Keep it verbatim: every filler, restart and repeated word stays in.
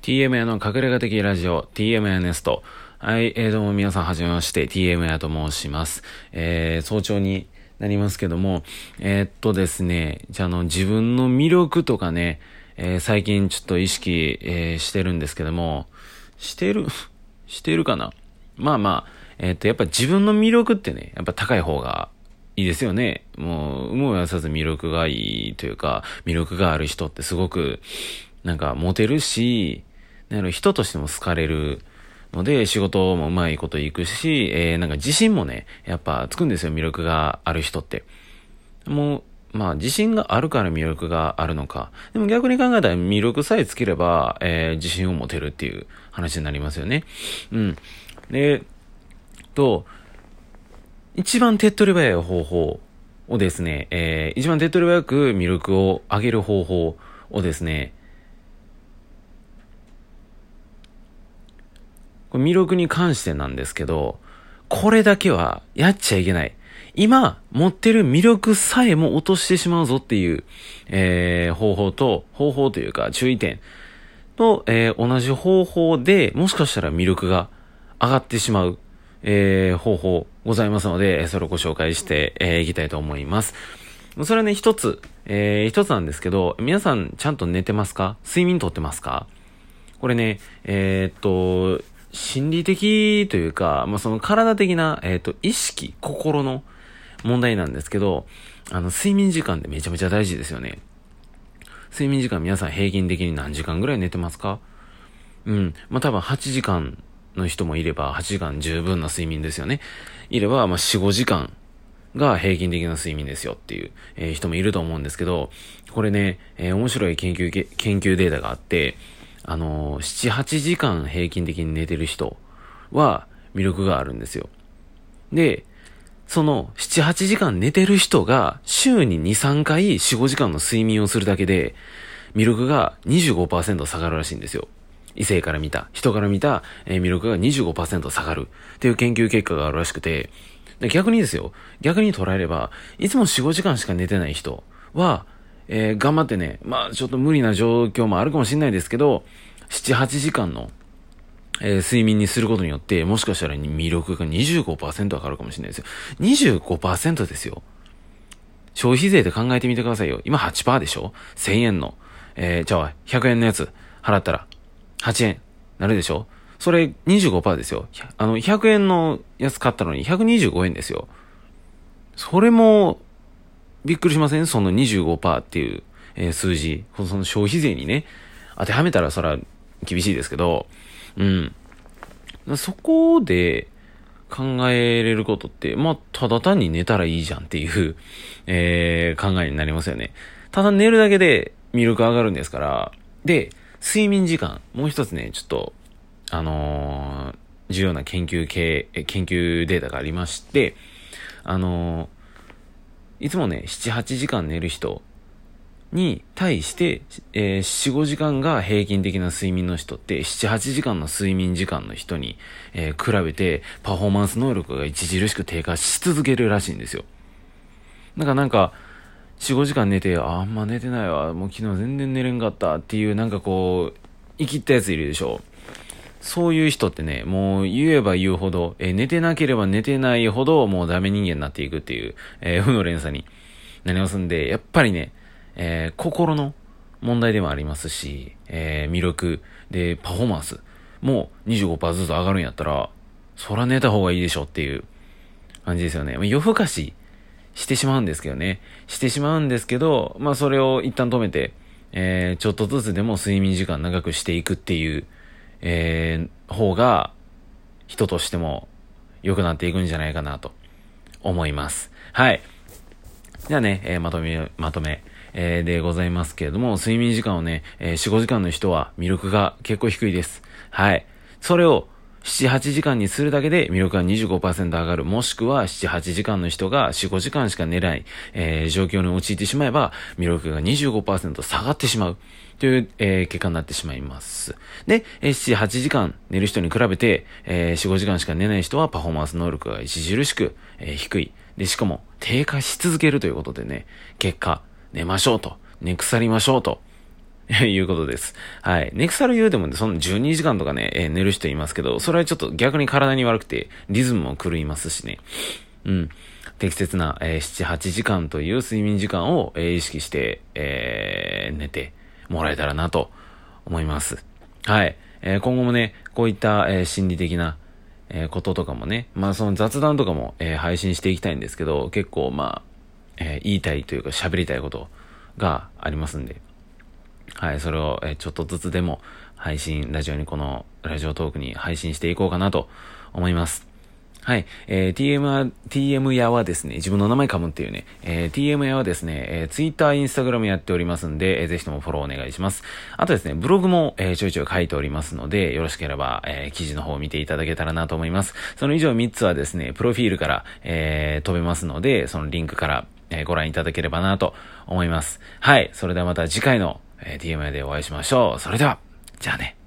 ティーエムエー の隠れ家的ラジオ ティーエムエー ネスト。はい、えー、どうも皆さんはじめまして ティーエムエー と申します。えー、早朝になりますけども、えー、っとですね、じゃあの自分の魅力とかね、えー、最近ちょっと意識、えー、してるんですけども、してるしてるかな。まあまあ、えー、っとやっぱ自分の魅力ってね、やっぱ高い方がいいですよね。もう、有無を言わさず魅力がいいというか、魅力がある人ってすごく、なんかモテるし、なんか人としても好かれるので、仕事もうまいこといくし、えー、なんか自信もね、やっぱつくんですよ、魅力がある人って。もう、まあ自信があるから魅力があるのか。でも逆に考えたら魅力さえつければ、えー、自信を持てるっていう話になりますよね。うん。で、と、一番手っ取り早い方法をですね、えー、一番手っ取り早く魅力を上げる方法をですね、これ魅力に関してなんですけど、これだけはやっちゃいけない。今持ってる魅力さえも落としてしまうぞっていう、えー、方法と、方法というか注意点と、えー、同じ方法でもしかしたら魅力が上がってしまう、えー、方法ございますので、それをご紹介してい、えー、きたいと思います。それはね、一つ、えー、一つなんですけど、皆さんちゃんと寝てますか？睡眠とってますか？これね、えー、っと、心理的というか、まあ、その体的な、えっと、意識、心の問題なんですけど、あの、睡眠時間ってめちゃめちゃ大事ですよね。睡眠時間皆さん平均的に何時間ぐらい寝てますか？うん。まあ、多分はちじかんの人もいれば、はちじかん十分な睡眠ですよね。いれば、まあ、よん、ごじかんが平均的な睡眠ですよっていう、えー、人もいると思うんですけど、これね、えー、面白い研究、研究データがあって、あのー、なな、はちじかん平均的に寝てる人は魅力があるんですよ。で、そのなな、はちじかん寝てる人が週にに、さんかいよん、ごじかんの睡眠をするだけで魅力が にじゅうごパーセント 下がるらしいんですよ。異性から見た、人から見た、えー、魅力が にじゅうごパーセント 下がるっていう研究結果があるらしくて、で逆にですよ、逆に捉えれば、いつもよん、ごじかんしか寝てない人は、えー、頑張ってね、まあちょっと無理な状況もあるかもしれないですけど、なな、はちじかんの、えー、睡眠にすることによって、もしかしたら魅力が にじゅうごパーセント 上がるかもしれないですよ。にじゅうごパーセント ですよ。消費税で考えてみてくださいよ。今 はちパーセント でしょ？ せんえんの、えー、じゃあひゃくえんのやつ払ったらはちえんなるでしょ？それ にじゅうごパーセント ですよ。あの、ひゃくえんのやつ買ったのにひゃくにじゅうごえんですよ。それも、びっくりしません？その にじゅうごパーセント っていう、えー、数字。その消費税にね、当てはめたらそら厳しいですけど、うん。そこで考えれることって、まあ、ただ単に寝たらいいじゃんっていう、えー、考えになりますよね。ただ寝るだけで魅力上がるんですから。で、睡眠時間、もう一つね、ちょっと、あのー、重要な研究系、研究データがありまして、あのー、いつもね、なな、はちじかん寝る人に対して、えー、よん、ごじかんが平均的な睡眠の人って、なな、はちじかんの睡眠時間の人に、えー、比べて、パフォーマンス能力が著しく低下し続けるらしいんですよ。なんかなんか、よん、ごじかん寝て、あ、あんま寝てないわ、もう昨日全然寝れんかったっていう、なんかこう、生きったやついるでしょ。そういう人ってね、もう言えば言うほど、えー、寝てなければ寝てないほど、もうダメ人間になっていくっていう、えー、負の連鎖になりますんで、やっぱりね、えー、心の問題でもありますし、えー、魅力でパフォーマンスも にじゅうごパーセント ずつ上がるんやったら、そら寝た方がいいでしょっていう感じですよね。夜更かししてしまうんですけどね。してしまうんですけど、まあそれを一旦止めて、えー、ちょっとずつでも睡眠時間長くしていくっていう、えー、方が人としても良くなっていくんじゃないかなと思います。はい。じゃあね、えー、まとめ、まとめ。えー、でございますけれども、睡眠時間をね、えー、よん、ごじかんの人は魅力が結構低いです。はい。それをなな、はちじかんにするだけで魅力が にじゅうごパーセント 上がる。もしくはなな、はちじかんの人がよん、ごじかんしか寝ない、えー、状況に陥ってしまえば、魅力が にじゅうごパーセント 下がってしまう。という、えー、結果になってしまいます。で、えー、なな、はちじかん寝る人に比べて、えー、よん、ごじかんしか寝ない人はパフォーマンス能力が著しく、えー、低い。で、しかも低下し続けるということでね、結果、寝ましょうと。寝腐りましょうということです。はい。ネクサル U でもそのじゅうにじかんとかね、えー、寝る人いますけど、それはちょっと逆に体に悪くて、リズムも狂いますしね。うん。適切な、えー、なな、はちじかんという睡眠時間を、えー、意識して、えー、寝てもらえたらなと思います。はい。えー、今後もね、こういった、えー、心理的な、えー、こととかもね、まあその雑談とかも、えー、配信していきたいんですけど、結構まあ、えー、言いたいというか喋りたいことがありますんで、はい、それを、えー、ちょっとずつでも配信、ラジオにこのラジオトークに配信していこうかなと思います。はい。えー、ティーエム は、ティーエム 屋はですね、自分の名前噛むっていうね、えー、ティーエム 屋はですね、えー、Twitter、Instagram やっておりますんで、えー、ぜひともフォローお願いします。あとですね、ブログも、えー、ちょいちょい書いておりますので、よろしければ、えー、記事の方を見ていただけたらなと思います。その以上みっつはですね、プロフィールから、えー、飛べますので、そのリンクから、えー、ご覧いただければなと思います。はい。それではまた次回の、えー、ティーエム 屋でお会いしましょう。それでは、じゃあね。